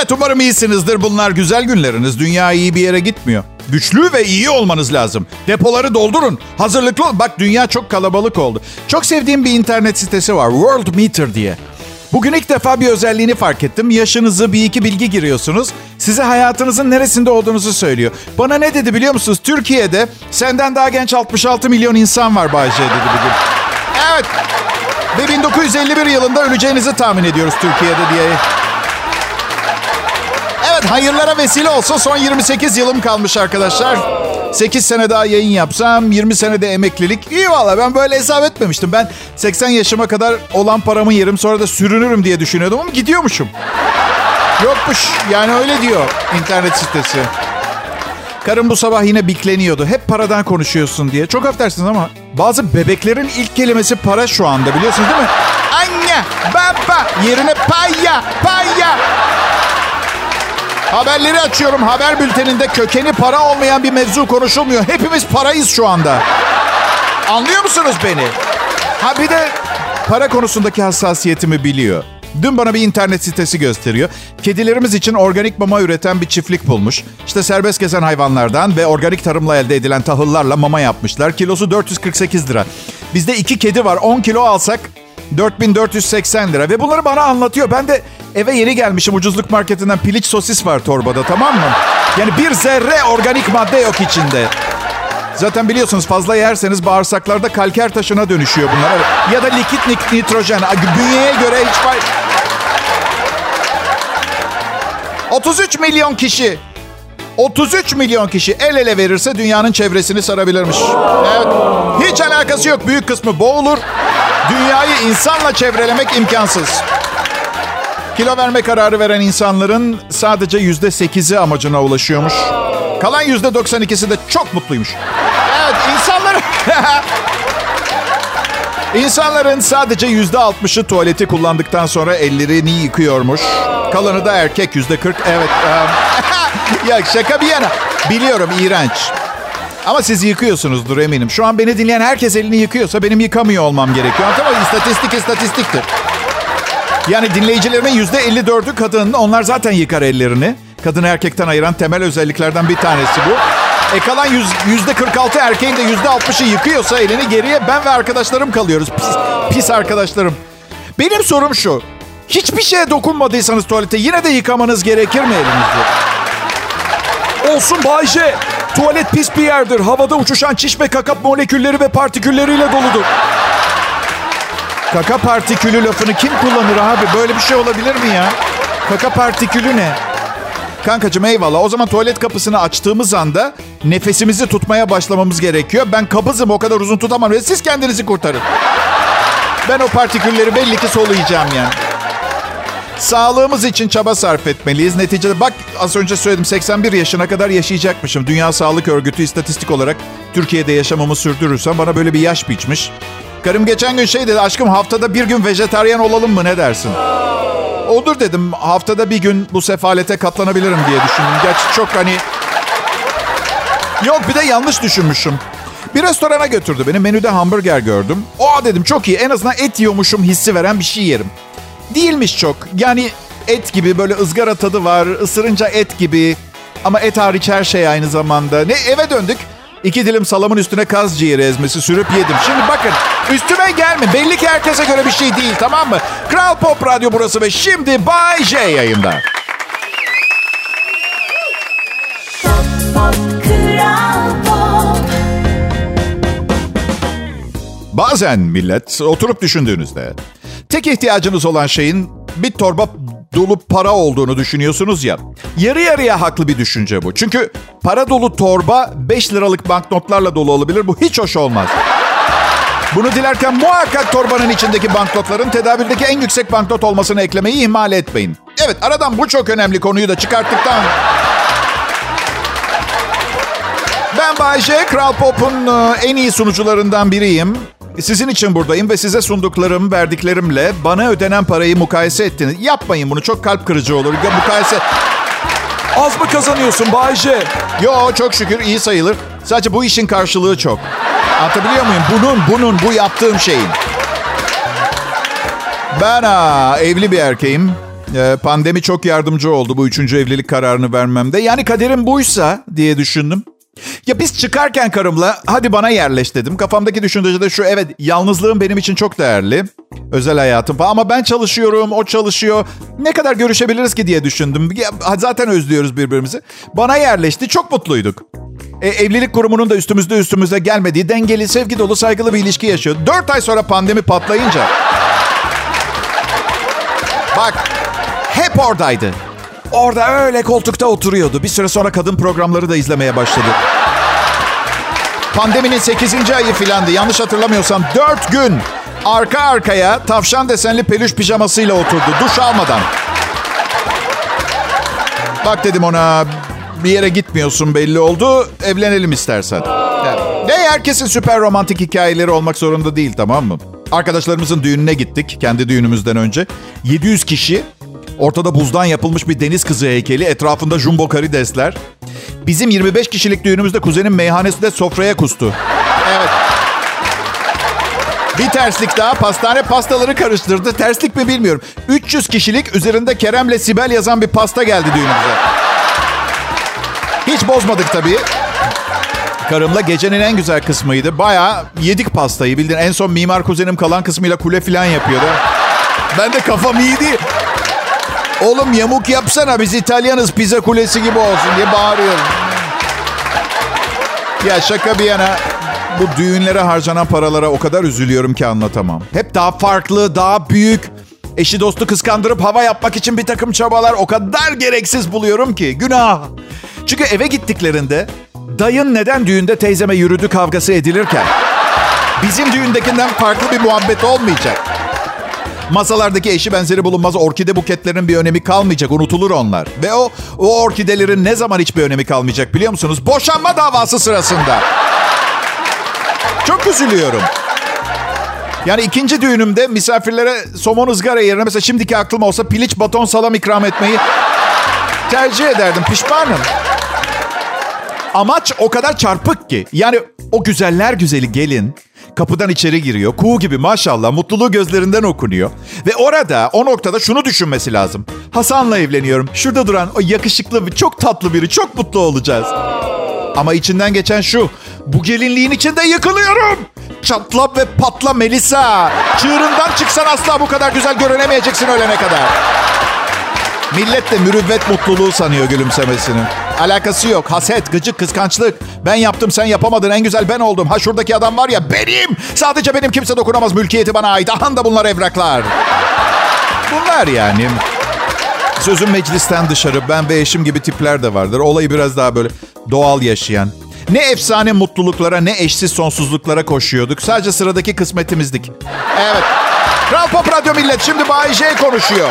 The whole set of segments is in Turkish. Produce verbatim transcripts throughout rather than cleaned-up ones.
Evet, umarım iyisinizdir. Bunlar güzel günleriniz. Dünya iyi bir yere gitmiyor. Güçlü ve iyi olmanız lazım. Depoları doldurun. Hazırlıklı olun. Bak, dünya çok kalabalık oldu. Çok sevdiğim bir internet sitesi var. World Meter diye. Bugün ilk defa bir özelliğini fark ettim. Yaşınızı, bir iki bilgi giriyorsunuz. Size hayatınızın neresinde olduğunuzu söylüyor. Bana ne dedi biliyor musunuz? Türkiye'de senden daha genç altmış altı milyon insan var Bay J dedi bugün. Evet. Ve bin dokuz yüz elli bir yılında öleceğinizi tahmin ediyoruz Türkiye'de diye. Evet, hayırlara vesile olsa son yirmi sekiz yılım kalmış arkadaşlar. sekiz sene daha yayın yapsam, yirmi senede emeklilik. İyi valla, ben böyle hesap etmemiştim. Ben seksen yaşıma kadar olan paramı yerim, sonra da sürünürüm diye düşünüyordum ama gidiyormuşum. Yokmuş, yani öyle diyor internet sitesi. Karım bu sabah yine bikleniyordu. Hep paradan konuşuyorsun diye. Çok affedersiniz ama bazı bebeklerin ilk kelimesi para şu anda, biliyorsunuz değil mi? Anne, baba yerine paya, paya. Haberleri açıyorum. Haber bülteninde kökeni para olmayan bir mevzu konuşulmuyor. Hepimiz parayız şu anda. Anlıyor musunuz beni? Ha bir de para konusundaki hassasiyetimi biliyor. Dün bana bir internet sitesi gösteriyor. Kedilerimiz için organik mama üreten bir çiftlik bulmuş. İşte serbest gezen hayvanlardan ve organik tarımla elde edilen tahıllarla mama yapmışlar. Kilosu dört yüz kırk sekiz lira. Bizde iki kedi var. on kilo alsak dört bin dört yüz seksen lira. Ve bunları bana anlatıyor. Ben de eve yeni gelmişim. Ucuzluk marketinden piliç sosis var torbada, tamam mı? Yani bir zerre organik madde yok içinde. Zaten biliyorsunuz, fazla yerseniz bağırsaklarda kalker taşına dönüşüyor bunlar. Ya da likit nitrojen. Bünyeye göre hiç fay... otuz üç milyon kişi. otuz üç milyon kişi el ele verirse dünyanın çevresini sarabilirmiş. Evet. Hiç alakası yok. Büyük kısmı boğulur. Dünyayı insanla çevrelemek imkansız. Kilo verme kararı veren insanların sadece yüzde sekizi amacına ulaşıyormuş. Kalan yüzde doksan ikisi de çok mutluymuş. Evet, insanların... İnsanların sadece yüzde altmışı tuvaleti kullandıktan sonra ellerini yıkıyormuş. Kalanı da erkek, yüzde kırk. Evet. Um... ya şaka bir yana. Biliyorum, iğrenç. Ama siz yıkıyorsunuzdur eminim. Şu an beni dinleyen herkes elini yıkıyorsa benim yıkamıyor olmam gerekiyor. Tamam, istatistik istatistiktir. Yani dinleyicilerimin yüzde elli dördü kadın. Onlar zaten yıkar ellerini. Kadını erkekten ayıran temel özelliklerden bir tanesi bu. E kalan yüzde kırk altı erkeğin de yüzde altmışı yıkıyorsa elini, geriye ben ve arkadaşlarım kalıyoruz. Pis, pis arkadaşlarım. Benim sorum şu. Hiçbir şeye dokunmadıysanız tuvalete yine de yıkamanız gerekir mi elinizi? Olsun Bay J. Tuvalet pis bir yerdir. Havada uçuşan çiş ve kaka molekülleri ve partikülleriyle doludur. Kaka partikülü lafını kim kullanır abi? Böyle bir şey olabilir mi ya? Kaka partikülü ne? Kankacığım eyvallah. O zaman tuvalet kapısını açtığımız anda nefesimizi tutmaya başlamamız gerekiyor. Ben kabızım, o kadar uzun tutamam. Ve siz kendinizi kurtarın. Ben o partikülleri belli ki soluyacağım yani. Sağlığımız için çaba sarf etmeliyiz. Neticede bak, az önce söyledim, seksen bir yaşına kadar yaşayacakmışım. Dünya Sağlık Örgütü istatistik olarak Türkiye'de yaşamamı sürdürürsem bana böyle bir yaş biçmiş. Karım geçen gün şey dedi, aşkım haftada bir gün vejetaryen olalım mı, ne dersin? Olur dedim, haftada bir gün bu sefalete katlanabilirim diye düşündüm. Gerçi çok hani... Yok, bir de yanlış düşünmüşüm. Bir restorana götürdü beni, menüde hamburger gördüm. Oha dedim, çok iyi, en azından et yiyormuşum hissi veren bir şey yerim. Değilmiş çok. Yani et gibi, böyle ızgara tadı var, ısırınca et gibi. Ama et hariç her şey aynı zamanda. Ne, eve döndük. İki dilim salamın üstüne kaz ciğeri ezmesi sürüp yedim. Şimdi bakın, üstüme gelme. Belli ki herkese göre bir şey değil, tamam mı? Kral Pop Radyo burası ve şimdi Bay J yayında. Pop, pop, Kral Pop. Bazen millet oturup düşündüğünüzde tek ihtiyacınız olan şeyin bir torba dolu para olduğunu düşünüyorsunuz ya. Yarı yarıya haklı bir düşünce bu. Çünkü para dolu torba beş liralık banknotlarla dolu olabilir. Bu hiç hoş olmaz. Bunu dilerken muhakkak torbanın içindeki banknotların tedavüldeki en yüksek banknot olmasını eklemeyi ihmal etmeyin. Evet, aradan bu çok önemli konuyu da çıkarttıktan... Ben Bay J, Kral Pop'un en iyi sunucularından biriyim. Sizin için buradayım ve size sunduklarım, verdiklerimle bana ödenen parayı mukayese ettiniz. Yapmayın bunu, çok kalp kırıcı olur. Ya, mukayese... Az mı kazanıyorsun Bay J? Yo, çok şükür iyi sayılır. Sadece bu işin karşılığı çok. Anlatabiliyor muyum? Bunun, bunun, bu yaptığım şeyin. Ben aa, evli bir erkeğim. Ee, pandemi çok yardımcı oldu bu üçüncü evlilik kararını vermemde. Yani kaderim buysa diye düşündüm. Ya biz çıkarken karımla hadi bana yerleş dedim. Kafamdaki düşünce de şu: evet, yalnızlığım benim için çok değerli. Özel hayatım falan ama ben çalışıyorum, o çalışıyor. Ne kadar görüşebiliriz ki diye düşündüm. Ya, zaten özlüyoruz birbirimizi. Bana yerleşti, çok mutluyduk. E, evlilik kurumunun da üstümüzde üstümüze gelmediği dengeli, sevgi dolu, saygılı bir ilişki yaşıyor. Dört ay sonra pandemi patlayınca... Bak, hep oradaydı. Orada öyle koltukta oturuyordu. Bir süre sonra kadın programları da izlemeye başladı. Pandeminin sekizinci ayı filandı. Yanlış hatırlamıyorsam dört gün arka arkaya tavşan desenli peluş pijamasıyla oturdu. Duş almadan. Bak dedim ona, bir yere gitmiyorsun belli oldu. Evlenelim istersen. Yani, ne herkesin süper romantik hikayeleri olmak zorunda değil, tamam mı? Arkadaşlarımızın düğününe gittik kendi düğünümüzden önce. yedi yüz kişi. Ortada buzdan yapılmış bir deniz kızı heykeli. Etrafında jumbo karidesler. Bizim yirmi beş kişilik düğünümüzde kuzenin meyhanesinde sofraya kustu. Evet. Bir terslik daha. Pastane pastaları karıştırdı. Terslik mi bilmiyorum. üç yüz kişilik, üzerinde Kerem'le Sibel yazan bir pasta geldi düğünümüze. Hiç bozmadık tabii. Karımla gecenin en güzel kısmıydı. Bayağı yedik pastayı. Bildiğin en son mimar kuzenim kalan kısmıyla kule falan yapıyordu. Ben de kafam iyiydi. Oğlum yamuk yapsana, biz İtalyanız, pizza kulesi gibi olsun diye bağırıyorum. Ya şaka bir yana, bu düğünlere harcanan paralara o kadar üzülüyorum ki anlatamam. Hep daha farklı, daha büyük. Eşi dostu kıskandırıp hava yapmak için bir takım çabalar o kadar gereksiz buluyorum ki. Günah. Çünkü eve gittiklerinde dayın neden düğünde teyzeme yürüdü kavgası edilirken bizim düğündekinden farklı bir muhabbet olmayacak. Masalardaki eşi benzeri bulunmaz orkide buketlerinin bir önemi kalmayacak. Unutulur onlar. Ve o, o orkidelerin ne zaman hiçbir önemi kalmayacak biliyor musunuz? Boşanma davası sırasında. Çok üzülüyorum. Yani ikinci düğünümde misafirlere somon ızgara yerine mesela şimdiki aklım olsa piliç baton salam ikram etmeyi tercih ederdim. Pişmanım. Amaç o kadar çarpık ki. Yani o güzeller güzeli gelin kapıdan içeri giriyor. Kuğu gibi maşallah, mutluluğu gözlerinden okunuyor. Ve orada, o noktada şunu düşünmesi lazım. Hasan'la evleniyorum. Şurada duran o yakışıklı, çok tatlı biri. Çok mutlu olacağız. Ama içinden geçen şu: bu gelinliğin içinde yıkılıyorum. Çatla ve patla Melisa. Çığırından çıksan asla bu kadar güzel görünemeyeceksin ölene kadar. Millet de mürüvvet mutluluğu sanıyor gülümsemesini. Alakası yok. Haset, gıcık, kıskançlık. Ben yaptım, sen yapamadın. En güzel ben oldum. Ha şuradaki adam var ya, benim. Sadece benim, kimse dokunamaz. Mülkiyeti bana ait. Aha da bunlar evraklar. Bunlar yani. Sözüm meclisten dışarı. Ben ve eşim gibi tipler de vardır. Olayı biraz daha böyle doğal yaşayan. Ne efsane mutluluklara, ne eşsiz sonsuzluklara koşuyorduk. Sadece sıradaki kısmetimizdik. Evet. Kral Pop Radyo millet. Şimdi Bay J konuşuyor.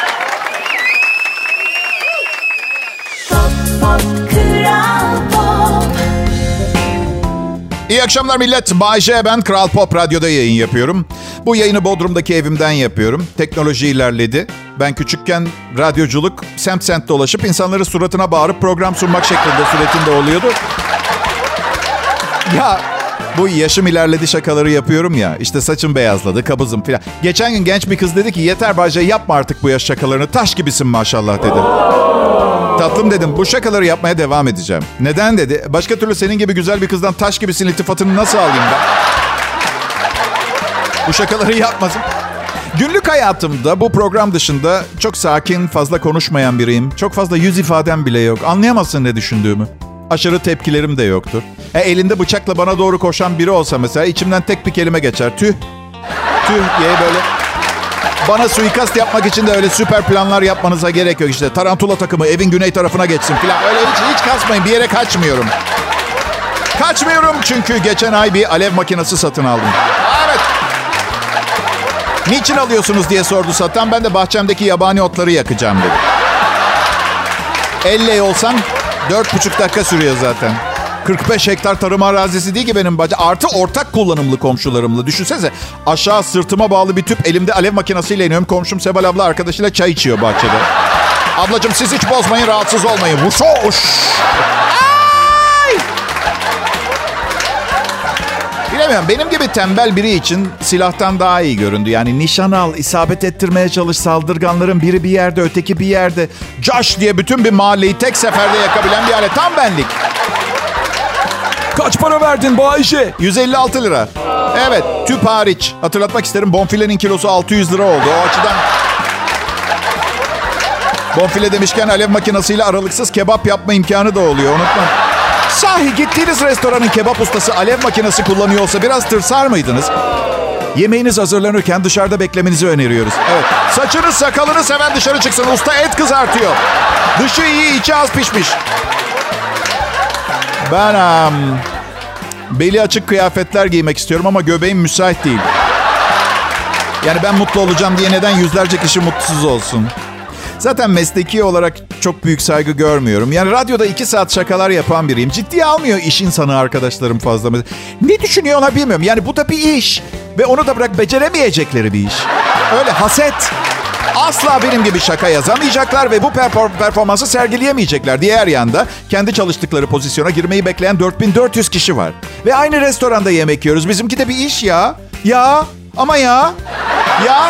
İyi akşamlar millet. Bay J ben. Kral Pop Radyo'da yayın yapıyorum. Bu yayını Bodrum'daki evimden yapıyorum. Teknoloji ilerledi. Ben küçükken radyoculuk semt semt dolaşıp insanların suratına bağırıp program sunmak şeklinde süretinde oluyordu. Ya bu yaşım ilerledi şakaları yapıyorum ya. İşte saçım beyazladı, kabızım falan. Geçen gün genç bir kız dedi ki yeter Bay J, yapma artık bu yaş şakalarını. Taş gibisin maşallah dedi. Tatlım dedim, bu şakaları yapmaya devam edeceğim. Neden dedi. Başka türlü senin gibi güzel bir kızdan taş gibisin iltifatını nasıl alayım ben? Bu şakaları yapmasın. Günlük hayatımda bu program dışında çok sakin, fazla konuşmayan biriyim. Çok fazla yüz ifadem bile yok. Anlayamazsın ne düşündüğümü. Aşırı tepkilerim de yoktur. E, elinde bıçakla bana doğru koşan biri olsa mesela içimden tek bir kelime geçer. Tüh. Tüh diye böyle. Bana suikast yapmak için de öyle süper planlar yapmanıza gerek yok işte. Tarantula takımı evin güney tarafına geçsin falan. Öyle hiç, hiç kasmayın, bir yere kaçmıyorum. Kaçmıyorum çünkü geçen ay bir alev makinesi satın aldım. Evet. Niçin alıyorsunuz diye sordu satan. Ben de bahçemdeki yabani otları yakacağım dedim. Elle olsam dört buçuk dakika sürüyor zaten. kırk beş hektar tarım arazisi değil ki benim bahçe. Artı ortak kullanımlı komşularımla. Düşünsenize, aşağı sırtıma bağlı bir tüp, elimde alev makinesiyle iniyorum. Komşum Sebal abla arkadaşıyla çay içiyor bahçede. Ablacığım siz hiç bozmayın, rahatsız olmayın. Vuş hoş. Ay! Bilemiyorum. Benim gibi tembel biri için silahtan daha iyi göründü. Yani nişan al, isabet ettirmeye çalış, saldırganların biri bir yerde, öteki bir yerde. Josh diye bütün bir mahalleyi tek seferde yakabilen bir alet. Tam benlik. Kaç para verdin Bayşe? yüz elli altı lira. Evet, tüp hariç. Hatırlatmak isterim, bonfilenin kilosu altı yüz lira oldu. O açıdan... Bonfile demişken alev makinesiyle aralıksız kebap yapma imkanı da oluyor. Unutma. Sahi gittiğiniz restoranın kebap ustası alev makinesi kullanıyor olsa biraz tırsar mıydınız? Yemeğiniz hazırlanırken dışarıda beklemenizi öneriyoruz. Evet. Saçını sakalını seven dışarı çıksın. Usta et kızartıyor. Dışı iyi, içi az pişmiş. Ben um, beli açık kıyafetler giymek istiyorum ama göbeğim müsait değil. Yani ben mutlu olacağım diye neden yüzlerce kişi mutsuz olsun? Zaten mesleki olarak çok büyük saygı görmüyorum. Yani radyoda iki saat şakalar yapan biriyim. Ciddiye almıyor iş insanı arkadaşlarım fazla. Ne düşünüyorlar bilmiyorum. Yani bu da bir iş. Ve onu da bırak beceremeyecekleri bir iş. Öyle haset. Asla benim gibi şaka yazamayacaklar ve bu performansı sergileyemeyecekler. Diğer yanda kendi çalıştıkları pozisyona girmeyi bekleyen dört bin dört yüz kişi var. Ve aynı restoranda yemek yiyoruz. Bizimki de bir iş ya. Ya ama ya. Ya.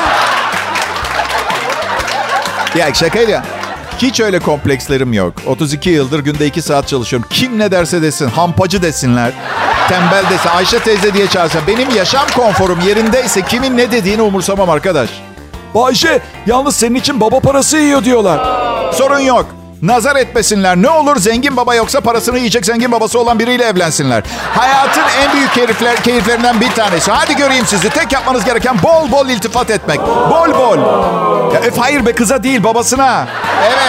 Ya şakayla. Hiç öyle komplekslerim yok. otuz iki yıldır günde iki saat çalışıyorum. Kim ne derse desin. Hampacı desinler. Tembel desin. Ayşe teyze diye çağırsa. Benim yaşam konforum yerindeyse kimin ne dediğini umursamam arkadaş. Bayşe, yalnız senin için baba parası yiyor diyorlar. Sorun yok. Nazar etmesinler. Ne olur zengin baba yoksa parasını yiyecek zengin babası olan biriyle evlensinler. Hayatın en büyük keyifler, keyiflerinden bir tanesi. Hadi göreyim sizi. Tek yapmanız gereken bol bol iltifat etmek. Bol bol. Ya, öf, hayır be, kıza değil babasına. Evet.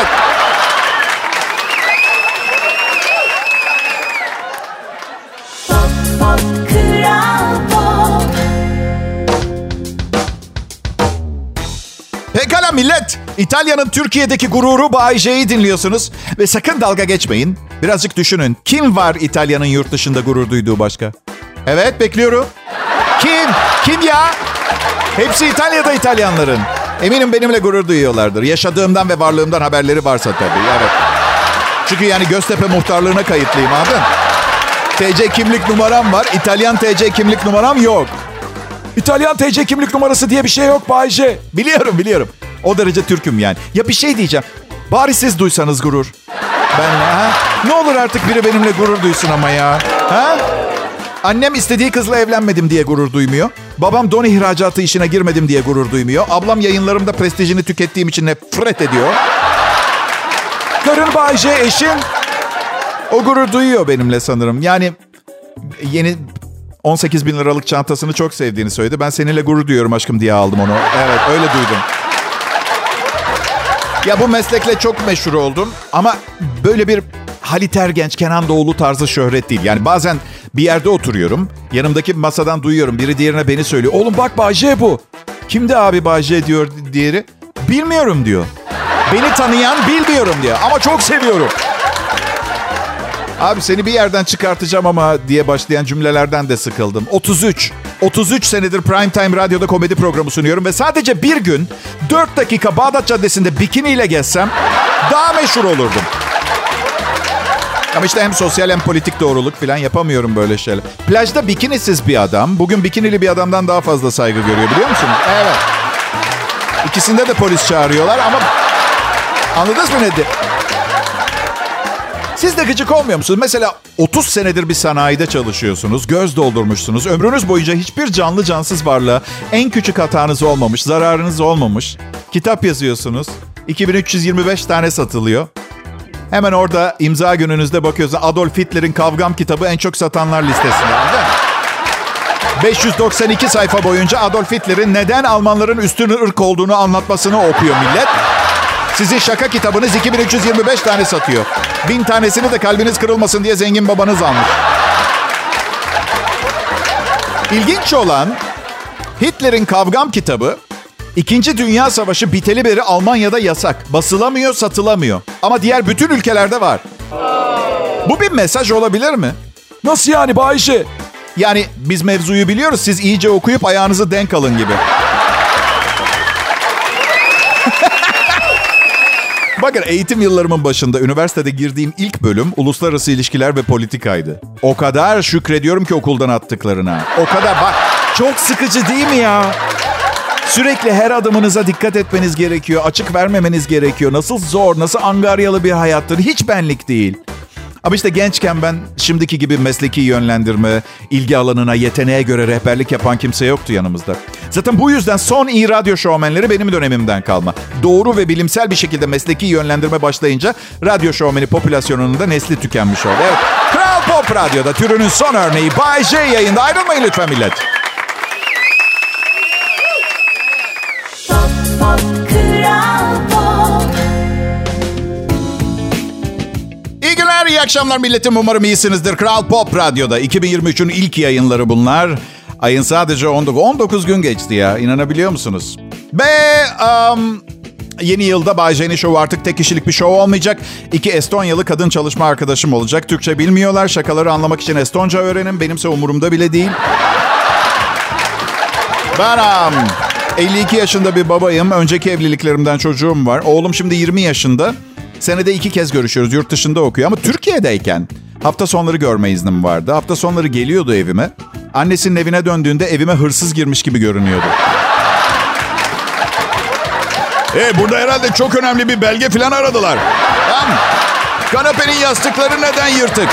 Pekala millet. İtalya'nın Türkiye'deki gururu Bay J'yi dinliyorsunuz. Ve sakın dalga geçmeyin. Birazcık düşünün. Kim var İtalya'nın yurt dışında gurur duyduğu başka? Evet, bekliyorum. Kim? Kim ya? Hepsi İtalya'da İtalyanların. Eminim benimle gurur duyuyorlardır. Yaşadığımdan ve varlığımdan haberleri varsa tabii. Evet. Çünkü yani Göztepe muhtarlığına kayıtlıyım, anladın? T C kimlik numaram var. İtalyan T C kimlik numaram yok. İtalyan T C kimlik numarası diye bir şey yok Bayşe. Biliyorum biliyorum. O derece Türk'üm yani. Ya bir şey diyeceğim. Bari siz duysanız gurur. Ben ha? Ne olur artık biri benimle gurur duysun ama ya. Ha? Annem istediği kızla evlenmedim diye gurur duymuyor. Babam don ihracatı işine girmedim diye gurur duymuyor. Ablam yayınlarımda prestijini tükettiğim için nefret ediyor. Karın Bayşe, eşin. O gurur duyuyor benimle sanırım. Yani yeni on sekiz bin liralık çantasını çok sevdiğini söyledi. Ben seninle gurur duyuyorum aşkım diye aldım onu. Evet, öyle duydum. Ya bu meslekle çok meşhur oldum. Ama böyle bir Halit Ergenç, Kenan Doğulu tarzı şöhret değil. Yani bazen bir yerde oturuyorum. Yanımdaki masadan duyuyorum. Biri diğerine beni söylüyor. Oğlum bak Bayce bu. Kimdi abi Bayce diyor diğeri. Bilmiyorum diyor. Beni tanıyan bilmiyorum diyor. Ama çok seviyorum. Abi seni bir yerden çıkartacağım ama diye başlayan cümlelerden de sıkıldım. otuz üç. otuz üç senedir Primetime Radyo'da komedi programı sunuyorum ve sadece bir gün dört dakika Bağdat Caddesi'nde bikiniyle gezsem daha meşhur olurdum. Ama işte hem sosyal hem politik doğruluk falan yapamıyorum böyle şeyler. Plajda bikinisiz bir adam bugün bikinili bir adamdan daha fazla saygı görüyor, biliyor musunuz? Evet. İkisinde de polis çağırıyorlar ama anladınız mı nedir? Siz de gıcık olmuyor musunuz? Mesela otuz senedir bir sanayide çalışıyorsunuz, göz doldurmuşsunuz. Ömrünüz boyunca hiçbir canlı cansız varlığa en küçük hatanız olmamış, zararınız olmamış. Kitap yazıyorsunuz. iki bin üç yüz yirmi beş tane satılıyor. Hemen orada imza gününüzde bakıyorsunuz. Adolf Hitler'in Kavgam kitabı en çok satanlar listesinde. beş yüz doksan iki sayfa boyunca Adolf Hitler'in neden Almanların üstün ırk olduğunu anlatmasını okuyor millet. Sizin şaka kitabınız iki bin üç yüz yirmi beş tane satıyor. Bin tanesini de kalbiniz kırılmasın diye zengin babanız almış. İlginç olan Hitler'in Kavgam kitabı İkinci Dünya Savaşı biteli beri Almanya'da yasak. Basılamıyor, satılamıyor. Ama diğer bütün ülkelerde var. Bu bir mesaj olabilir mi? Nasıl yani Bayşe? Yani biz mevzuyu biliyoruz. Siz iyice okuyup ayağınızı denk alın gibi. Bakın eğitim yıllarımın başında üniversitede girdiğim ilk bölüm uluslararası ilişkiler ve politikaydı. O kadar şükrediyorum ki okuldan attıklarına. O kadar bak çok sıkıcı değil mi ya? Sürekli her adımınıza dikkat etmeniz gerekiyor. Açık vermemeniz gerekiyor. Nasıl zor, nasıl angaryalı bir hayattır. Hiç benlik değil. Ama işte gençken ben şimdiki gibi mesleki yönlendirme, ilgi alanına, yeteneğe göre rehberlik yapan kimse yoktu yanımızda. Zaten bu yüzden son iyi radyo şovmenleri benim dönemimden kalma. Doğru ve bilimsel bir şekilde mesleki yönlendirme başlayınca radyo şovmeni popülasyonunun da nesli tükenmiş oldu. Evet, Kral Pop Radyo'da türünün son örneği Bay J yayında. Ayrılmayın lütfen millet. Pop, pop, Kral Pop. İyi günler, iyi akşamlar milletim. Umarım iyisinizdir. Kral Pop Radyo'da iki bin yirmi üçün ilk yayınları bunlar. Ayın sadece on dokuz, on dokuz gün geçti ya. İnanabiliyor musunuz? Ve um, yeni yılda Bay J'nin şovu artık tek kişilik bir şov olmayacak. İki Estonyalı kadın çalışma arkadaşım olacak. Türkçe bilmiyorlar. Şakaları anlamak için Estonca öğrenin. Benimse umurumda bile değil. Ben um, elli iki yaşında bir babayım. Önceki evliliklerimden çocuğum var. Oğlum şimdi yirmi yaşında. Senede iki kez görüşüyoruz. Yurt dışında okuyor ama Türkiye'deyken hafta sonları görme iznim vardı. Hafta sonları geliyordu evime. Annesinin evine döndüğünde evime hırsız girmiş gibi görünüyordu. Hey, burada herhalde çok önemli bir belge falan aradılar. Tamam. Kanepenin yastıkları neden yırtık?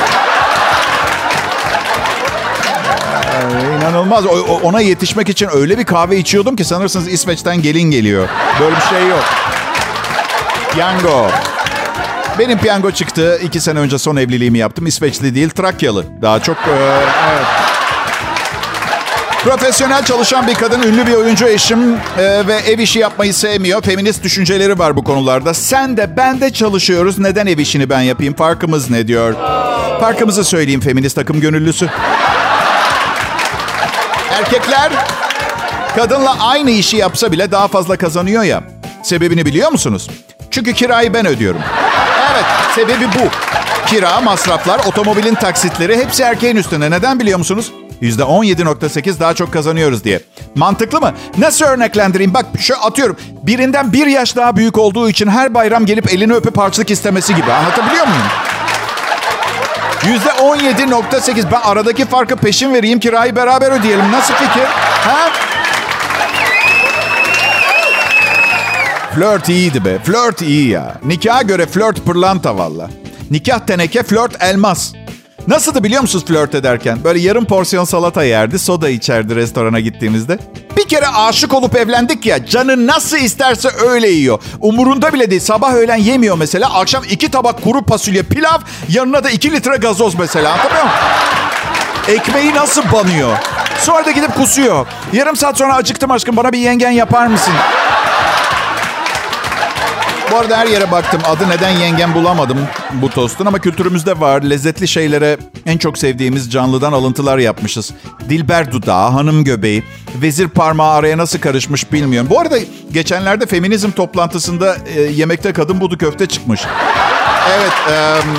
Ee, inanılmaz. O, ona yetişmek için öyle bir kahve içiyordum ki sanırsınız İsveç'ten gelin geliyor. Böyle bir şey yok. Piyango. Benim piyango çıktı. İki sene önce son evliliğimi yaptım. İsveçli değil, Trakyalı. Daha çok... E, evet. Profesyonel çalışan bir kadın, ünlü bir oyuncu eşim e, ve ev işi yapmayı sevmiyor. Feminist düşünceleri var bu konularda. Sen de ben de çalışıyoruz. Neden ev işini ben yapayım? Farkımız ne diyor? Farkımızı söyleyeyim feminist takım gönüllüsü. Erkekler kadınla aynı işi yapsa bile daha fazla kazanıyor ya. Sebebini biliyor musunuz? Çünkü kirayı ben ödüyorum. Evet, sebebi bu. Kira, masraflar, otomobilin taksitleri hepsi erkeğin üstünde. Neden biliyor musunuz? yüzde on yedi virgül sekiz daha çok kazanıyoruz diye. Mantıklı mı? Nasıl örneklendireyim? Bak şöyle atıyorum. Birinden bir yaş daha büyük olduğu için her bayram gelip elini öpüp harçlık istemesi gibi. Anlatabiliyor muyum? yüzde on yedi virgül sekiz. Ben aradaki farkı peşin vereyim, kirayı beraber ödeyelim. Nasıl fikir? Ha? Flört iyiydi be. Flört iyi ya. Nikaha göre flört pırlanta valla. Nikah teneke, flört elmas. Nasıldı biliyor musunuz flört ederken? Böyle yarım porsiyon salata yerdi, soda içerdi restorana gittiğimizde. Bir kere aşık olup evlendik ya, canı nasıl isterse öyle yiyor. Umurunda bile değil. Sabah öğlen yemiyor mesela. Akşam iki tabak kuru fasulye pilav, yanına da iki litre gazoz mesela. Anlatabiliyor muyum? Ekmeği nasıl banıyor? Sonra da gidip kusuyor. Yarım saat sonra acıktım aşkım, bana bir yengen yapar mısın? Bu arada her yere baktım. Adı neden yengen bulamadım bu tostun ama kültürümüzde var. Lezzetli şeylere en çok sevdiğimiz canlıdan alıntılar yapmışız. Dilber dudağı, hanım göbeği, vezir parmağı araya nasıl karışmış bilmiyorum. Bu arada geçenlerde feminizm toplantısında e, yemekte kadın budu köfte çıkmış. Evet. E,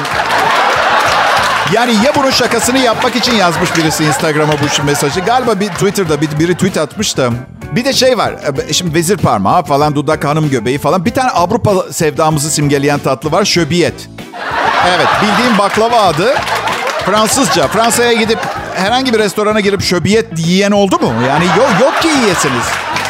yani ya bunun şakasını yapmak için yazmış birisi Instagram'a bu mesajı. Galiba bir Twitter'da bir, biri tweet atmış da. Bir de şey var. Şimdi vezir parmağı falan, dudak, hanım göbeği falan. Bir tane Avrupa sevdamızı simgeleyen tatlı var. Şöbiyet. Evet, bildiğim baklava adı. Fransızca. Fransa'ya gidip herhangi bir restorana girip şöbiyet yiyen oldu mu? Yani yok, yok ki yiyesiniz.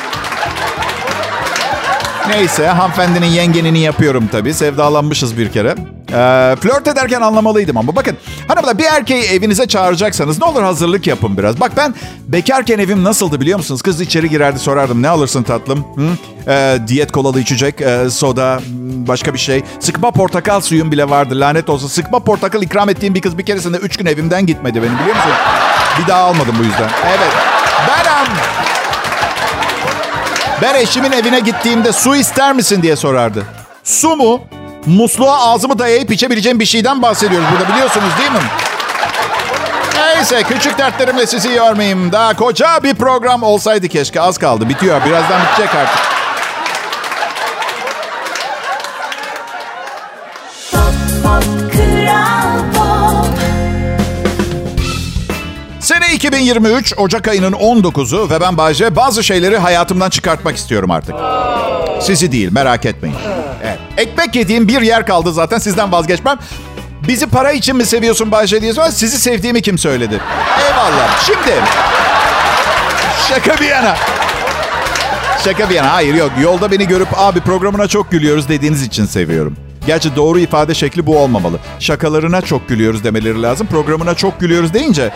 Neyse, hanımefendinin yengenini yapıyorum tabii. Sevdalanmışız bir kere. Ee, flört ederken anlamalıydım ama bakın hanımlar, bir erkeği evinize çağıracaksanız ne olur hazırlık yapın biraz. Bak ben bekarken evim nasıldı biliyor musunuz? Kız içeri girerdi, sorardım ne alırsın tatlım? Hı? Ee, diyet kolalı içecek, e, soda, başka bir şey. Sıkma portakal suyum bile vardı, lanet olsun. Sıkma portakal ikram ettiğim bir kız bir keresinde üç gün evimden gitmedi benim, biliyor musun? Bir daha almadım bu yüzden. Evet. Benim. Ben eşimin evine gittiğimde su ister misin diye sorardı. Su mu? Musluğa ağzımı dayayıp içebileceğim bir şeyden bahsediyoruz burada, biliyorsunuz değil mi? Neyse, küçük dertlerimle sizi yormayayım. Daha koca bir program olsaydı keşke. Az kaldı, bitiyor. Birazdan bitecek artık. Pop, pop, Kral Pop. Sene iki bin yirmi üç, Ocak ayının on dokuzu ve ben Bay J bazı şeyleri hayatımdan çıkartmak istiyorum artık. Sizi değil, merak etmeyin. Evet. Ekmek yediğim bir yer kaldı zaten, sizden vazgeçmem. Bizi para için mi seviyorsun Bayşe diye sonra sizi sevdiğimi kim söyledi? Eyvallah. Şimdi şaka bir yana. Şaka bir yana. Hayır yok. Yolda beni görüp abi programına çok gülüyoruz dediğiniz için seviyorum. Gerçi doğru ifade şekli bu olmamalı. Şakalarına çok gülüyoruz demeleri lazım. Programına çok gülüyoruz deyince...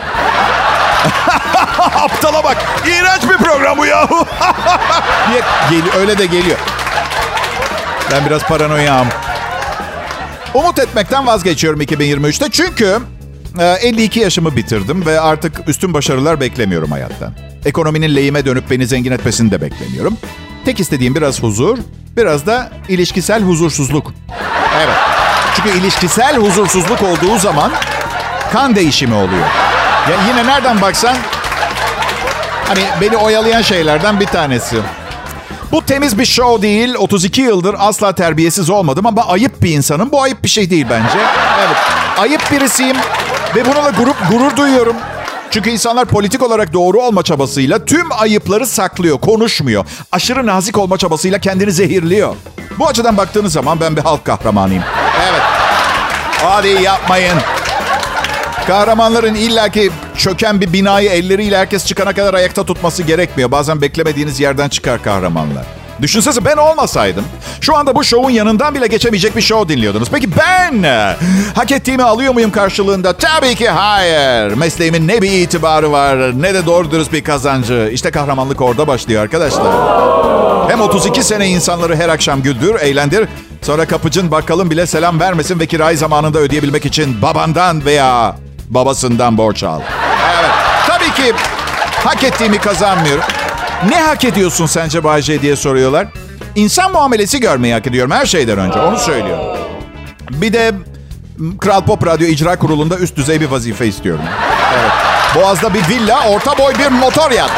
Aptala bak. İğrenç bir program bu yahu. diye geliyor. Öyle de geliyor. Ben biraz paranoyam. Umut etmekten vazgeçiyorum iki bin yirmi üçte. Çünkü elli iki yaşımı bitirdim ve artık üstün başarılar beklemiyorum hayattan. Ekonominin lehime dönüp beni zengin etmesini de beklemiyorum. Tek istediğim biraz huzur, biraz da ilişkisel huzursuzluk. Evet. Çünkü ilişkisel huzursuzluk olduğu zaman kan değişimi oluyor. Ya yine nereden baksan hani beni oyalayan şeylerden bir tanesi. Bu temiz bir show değil. otuz iki yıldır asla terbiyesiz olmadım ama ayıp bir insanım. Bu ayıp bir şey değil bence. Evet. Ayıp birisiyim ve bununla gurur, gurur duyuyorum. Çünkü insanlar politik olarak doğru olma çabasıyla tüm ayıpları saklıyor, konuşmuyor. Aşırı nazik olma çabasıyla kendini zehirliyor. Bu açıdan baktığınız zaman ben bir halk kahramanıyım. Evet. Hadi yapmayın. Kahramanların illaki çöken bir binayı elleriyle herkes çıkana kadar ayakta tutması gerekmiyor. Bazen beklemediğiniz yerden çıkar kahramanlar. Düşünsenize ben olmasaydım şu anda bu şovun yanından bile geçemeyecek bir show dinliyordunuz. Peki ben hak ettiğimi alıyor muyum karşılığında? Tabii ki hayır. Mesleğimin ne bir itibarı var ne de doğru dürüst bir kazancı. İşte kahramanlık orada başlıyor arkadaşlar. Hem otuz iki sene insanları her akşam güldür, eğlendir. Sonra kapıcın bakkalın bile selam vermesin ve kirayı zamanında ödeyebilmek için babandan veya babasından borç al. Evet. Tabii ki hak ettiğimi kazanmıyorum. Ne hak ediyorsun sence Bay J diye soruyorlar. İnsan muamelesi görmeyi hak ediyorum her şeyden önce. Onu söylüyorum. Bir de Kral Pop Radyo İcra Kurulu'nda üst düzey bir vazife istiyorum. Evet. Boğaz'da bir villa, orta boy bir motor yat.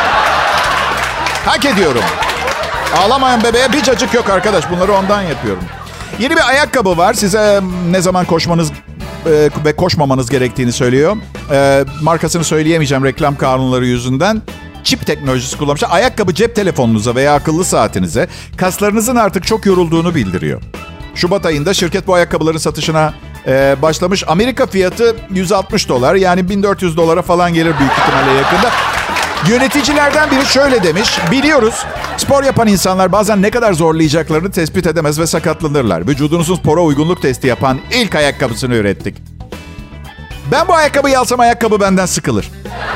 Hak ediyorum. Ağlamayan bebeğe bir cacık yok arkadaş. Bunları ondan yapıyorum. Yeni bir ayakkabı var. Size ne zaman koşmanız e, ve koşmamanız gerektiğini söylüyor. E, markasını söyleyemeyeceğim reklam kanunları yüzünden. Çip teknolojisi kullanmışlar. Ayakkabı cep telefonunuza veya akıllı saatinize kaslarınızın artık çok yorulduğunu bildiriyor. Şubat ayında şirket bu ayakkabıların satışına e, başlamış. Amerika fiyatı yüz altmış dolar. Yani bin dört yüz dolara falan gelir büyük ihtimalle yakında. Yöneticilerden biri şöyle demiş. Biliyoruz spor yapan insanlar bazen ne kadar zorlayacaklarını tespit edemez ve sakatlanırlar. Vücudunuzun spora uygunluk testi yapan ilk ayakkabısını ürettik. Ben bu ayakkabıyı alsam ayakkabı benden sıkılır.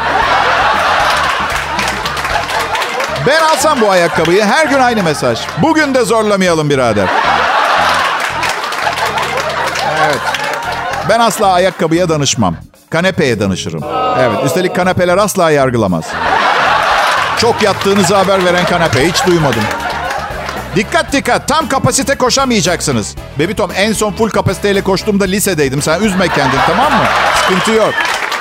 Ben alsam bu ayakkabıyı her gün aynı mesaj. Bugün de zorlamayalım birader. Evet. Ben asla ayakkabıya danışmam. Kanepeye danışırım. Evet. Üstelik kanepeler asla yargılamaz. Çok yattığınızı haber veren kanepe. Hiç duymadım. Dikkat dikkat. Tam kapasite koşamayacaksınız. Baby Tom en son full kapasiteyle koştuğumda lisedeydim. Sen üzme kendini, tamam mı? Sıkıntı yok.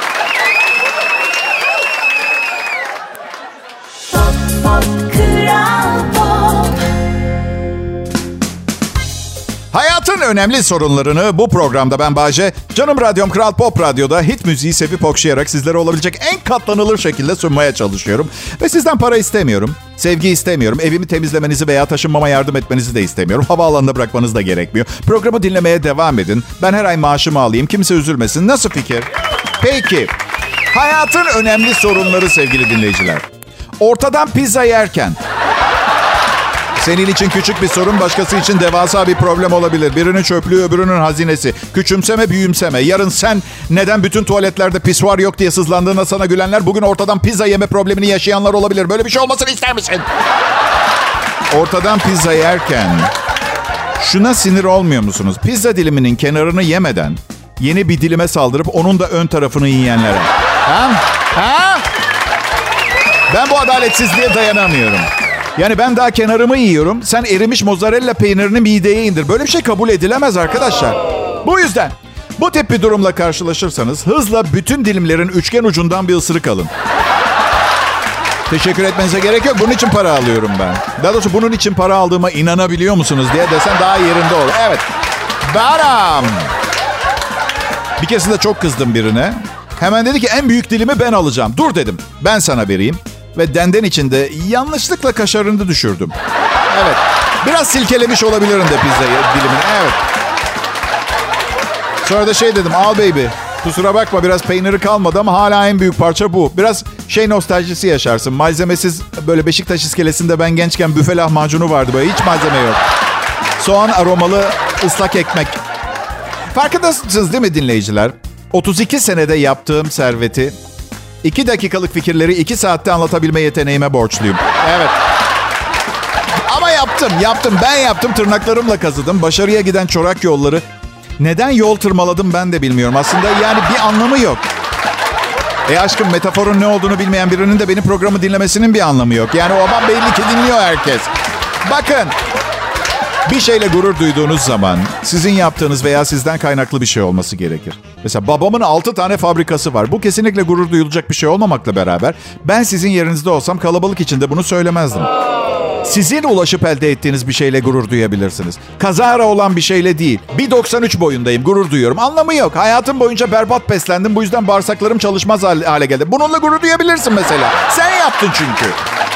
Hayatın önemli sorunlarını bu programda ben Bayce, canım radyom Kral Pop Radyo'da hit müziği sevip okşayarak sizlere olabilecek en katlanılır şekilde sunmaya çalışıyorum. Ve sizden para istemiyorum, sevgi istemiyorum, evimi temizlemenizi veya taşınmama yardım etmenizi de istemiyorum. Havaalanına bırakmanız da gerekmiyor. Programı dinlemeye devam edin. Ben her ay maaşımı alayım, kimse üzülmesin. Nasıl fikir? Peki, hayatın önemli sorunları sevgili dinleyiciler. Ortadan pizza yerken... Senin için küçük bir sorun, başkası için devasa bir problem olabilir. Birinin çöplüğü, öbürünün hazinesi. Küçümseme, büyümseme. Yarın sen neden bütün tuvaletlerde pisuar yok diye sızlandığında sana gülenler... bugün ortadan pizza yeme problemini yaşayanlar olabilir. Böyle bir şey olmasını ister misin? Ortadan pizza yerken şuna sinir olmuyor musunuz? Pizza diliminin kenarını yemeden yeni bir dilime saldırıp onun da ön tarafını yiyenlere. Ha? Ha? Ben bu adaletsizliğe dayanamıyorum. Yani ben daha kenarımı yiyorum. Sen erimiş mozzarella peynirini mideye indir. Böyle bir şey kabul edilemez arkadaşlar. Bu yüzden bu tip bir durumla karşılaşırsanız hızla bütün dilimlerin üçgen ucundan bir ısırık alın. Teşekkür etmenize gerek yok. Bunun için para alıyorum ben. Daha doğrusu bunun için para aldığıma inanabiliyor musunuz diye desen daha yerinde olur. Evet. Baram. Bir keresinde çok kızdım birine. Hemen dedi ki en büyük dilimi ben alacağım. Dur dedim. Ben sana vereyim. ve denden içinde yanlışlıkla kaşarını düşürdüm. Evet. Biraz silkelemiş olabilirim de pizzayı dilimini. Evet. Sonra da şey dedim, al baby. Kusura bakma biraz peyniri kalmadı ama hala en büyük parça bu. Biraz şey nostaljisi yaşarsın. Malzemesiz böyle Beşiktaş iskelesinde ben gençken büfe lahmacunu vardı böyle. Hiç malzeme yok. Soğan aromalı ıslak ekmek. Farkındasınız değil mi dinleyiciler? otuz iki senede yaptığım serveti iki dakikalık fikirleri iki saatte anlatabilme yeteneğime borçluyum. Evet. Ama yaptım, yaptım. Ben yaptım, tırnaklarımla kazıdım. Başarıya giden çorak yolları. Neden yol tırmaladım ben de bilmiyorum. Aslında yani bir anlamı yok. E aşkım, metaforun ne olduğunu bilmeyen birinin de benim programı dinlemesinin bir anlamı yok. Yani o adam belli ki dinliyor herkes. Bakın, bir şeyle gurur duyduğunuz zaman sizin yaptığınız veya sizden kaynaklı bir şey olması gerekir. Mesela babamın altı tane fabrikası var. Bu kesinlikle gurur duyulacak bir şey olmamakla beraber ben sizin yerinizde olsam kalabalık içinde bunu söylemezdim. Sizin ulaşıp elde ettiğiniz bir şeyle gurur duyabilirsiniz. Kazara olan bir şeyle değil. bir doksan üç boyundayım, gurur duyuyorum. Anlamı yok. Hayatım boyunca berbat beslendim. Bu yüzden bağırsaklarım çalışmaz hale geldi. Bununla gurur duyabilirsin mesela. Sen yaptın çünkü.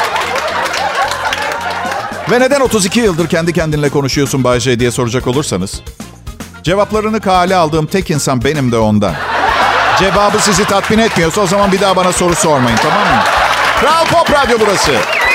Ve neden otuz iki yıldır kendi kendinle konuşuyorsun Bay J diye soracak olursanız, cevaplarını kale aldığım tek insan benim de ondan. Cevabı sizi tatmin etmiyorsa o zaman bir daha bana soru sormayın, tamam mı? Kral Pop Radyo burası.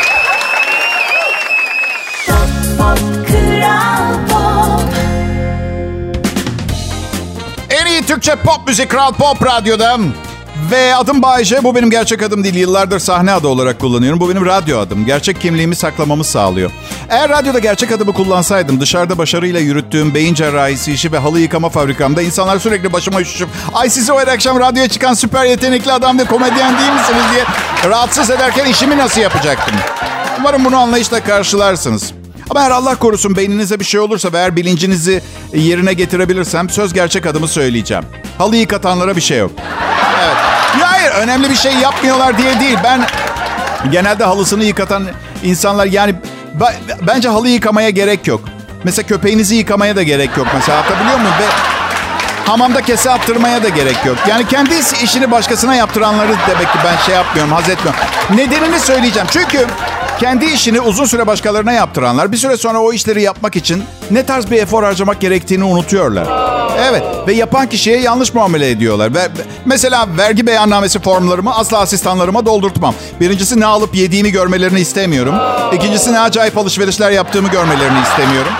En iyi Türkçe pop müzik Kral Pop Radyo'da. Ve adım Bay J. Bu benim gerçek adım değil. Yıllardır sahne adı olarak kullanıyorum. Bu benim radyo adım. Gerçek kimliğimi saklamamı sağlıyor. Eğer radyoda gerçek adımı kullansaydım, dışarıda başarıyla yürüttüğüm beyin cerrahisi işi ve halı yıkama fabrikamda insanlar sürekli başıma üşüşüp "Ay siz o her akşam radyoya çıkan süper yetenekli adam ve komedyen değil misiniz?" diye rahatsız ederken işimi nasıl yapacaktım? Umarım bunu anlayışla karşılarsınız. Ama eğer Allah korusun beyninize bir şey olursa ve eğer bilincinizi yerine getirebilirsem söz gerçek adımı söyleyeceğim. Halı yıkatanlara bir şey yok. Evet. Ya hayır, önemli bir şey yapmıyorlar diye değil. Ben genelde halısını yıkatan insanlar, yani b- bence halı yıkamaya gerek yok. Mesela köpeğinizi yıkamaya da gerek yok. Mesela hatırlıyor muyum? Ve hamamda kese attırmaya da gerek yok. Yani kendi işini başkasına yaptıranları demek ki ben şey yapmıyorum, haz etmiyorum. Nedenini söyleyeceğim. Çünkü kendi işini uzun süre başkalarına yaptıranlar bir süre sonra o işleri yapmak için ne tarz bir efor harcamak gerektiğini unutuyorlar. Evet, ve yapan kişiye yanlış muamele ediyorlar. Ve mesela vergi beyannamesi formlarımı asla asistanlarıma doldurtmam. Birincisi ne alıp yediğimi görmelerini istemiyorum. İkincisi ne acayip alışverişler yaptığımı görmelerini istemiyorum.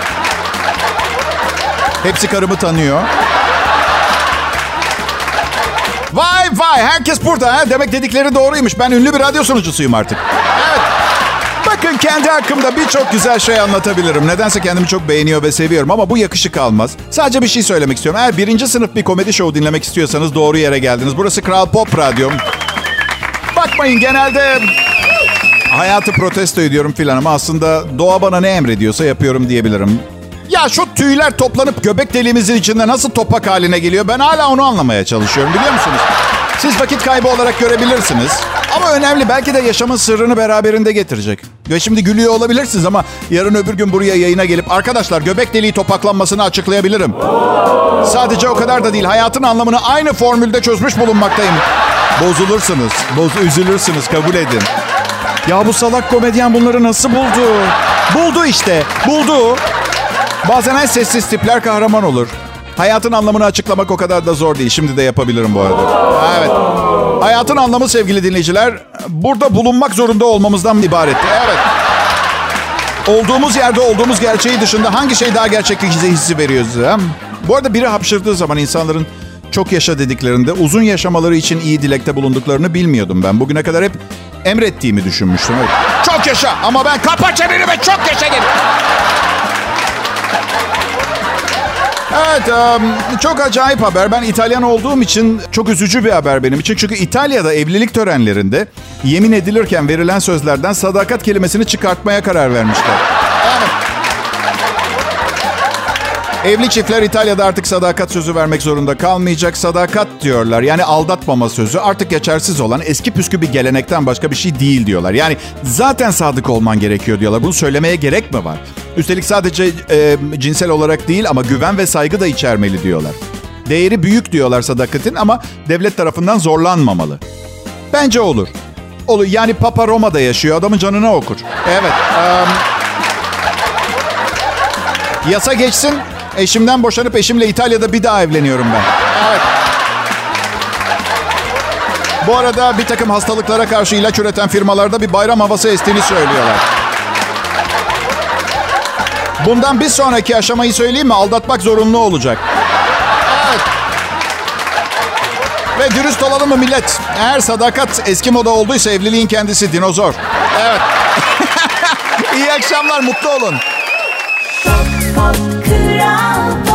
Hepsi karımı tanıyor. Vay vay, herkes burada ha. Demek dedikleri doğruymuş. Ben ünlü bir radyo sunucusuyum artık. Evet. Bakın, kendi hakkımda birçok güzel şey anlatabilirim. Nedense kendimi çok beğeniyor ve seviyorum ama bu yakışık almaz. Sadece bir şey söylemek istiyorum. Eğer birinci sınıf bir komedi şovu dinlemek istiyorsanız doğru yere geldiniz. Burası Kral Pop Radyo. Bakmayın, genelde hayatı protesto ediyorum filan ama aslında doğa bana ne emrediyorsa yapıyorum diyebilirim. Ya şu tüyler toplanıp göbek deliğimizin içinde nasıl topak haline geliyor? Ben hala onu anlamaya çalışıyorum, biliyor musunuz? Siz vakit kaybı olarak görebilirsiniz. Ama önemli, belki de yaşamın sırrını beraberinde getirecek. Ve şimdi gülüyor olabilirsiniz ama yarın öbür gün buraya yayına gelip "Arkadaşlar, göbek deliği topaklanmasını açıklayabilirim." Sadece o kadar da değil, hayatın anlamını aynı formülde çözmüş bulunmaktayım. Bozulursunuz, boz üzülürsünüz, kabul edin. Ya bu salak komedyen bunları nasıl buldu? Buldu işte, buldu. Bazen en sessiz tipler kahraman olur. Hayatın anlamını açıklamak o kadar da zor değil. Şimdi de yapabilirim bu arada. Evet. Hayatın anlamı sevgili dinleyiciler, burada bulunmak zorunda olmamızdan ibaretti. Evet. Olduğumuz yerde olduğumuz gerçeği dışında hangi şey daha gerçeklik hissi veriyor size? Bu arada biri hapşırdığı zaman insanların çok yaşa dediklerinde uzun yaşamaları için iyi dilekte bulunduklarını bilmiyordum ben. Bugüne kadar hep emrettiğimi düşünmüştüm. Evet. Çok yaşa, ama ben kapa çeneni ve çok yaşa dedim. Evet, çok acayip haber. Ben İtalyan olduğum için çok üzücü bir haber benim için. Çünkü İtalya'da evlilik törenlerinde yemin edilirken verilen sözlerden sadakat kelimesini çıkartmaya karar vermişler. Evet. Evli çiftler İtalya'da artık sadakat sözü vermek zorunda kalmayacak. Sadakat diyorlar, yani aldatmama sözü artık geçersiz olan eski püskü bir gelenekten başka bir şey değil diyorlar. Yani zaten sadık olman gerekiyor diyorlar. Bunu söylemeye gerek mi var? Üstelik sadece e, cinsel olarak değil ama güven ve saygı da içermeli diyorlar. Değeri büyük diyorlar sadakatin ama devlet tarafından zorlanmamalı. Bence olur. Olu yani Papa Roma'da yaşıyor. Adamın canına okur. Evet. Um, yasa geçsin. Eşimden boşanıp eşimle İtalya'da bir daha evleniyorum ben. Evet. Bu arada bir takım hastalıklara karşı ilaç üreten firmalarda bir bayram havası estiğini söylüyorlar. Bundan bir sonraki aşamayı söyleyeyim mi? Aldatmak zorunlu olacak. Evet. Ve dürüst olalım mı millet? Eğer sadakat eski moda olduysa evliliğin kendisi dinozor. Evet. İyi akşamlar, mutlu olun. Pop, pop, kral pop.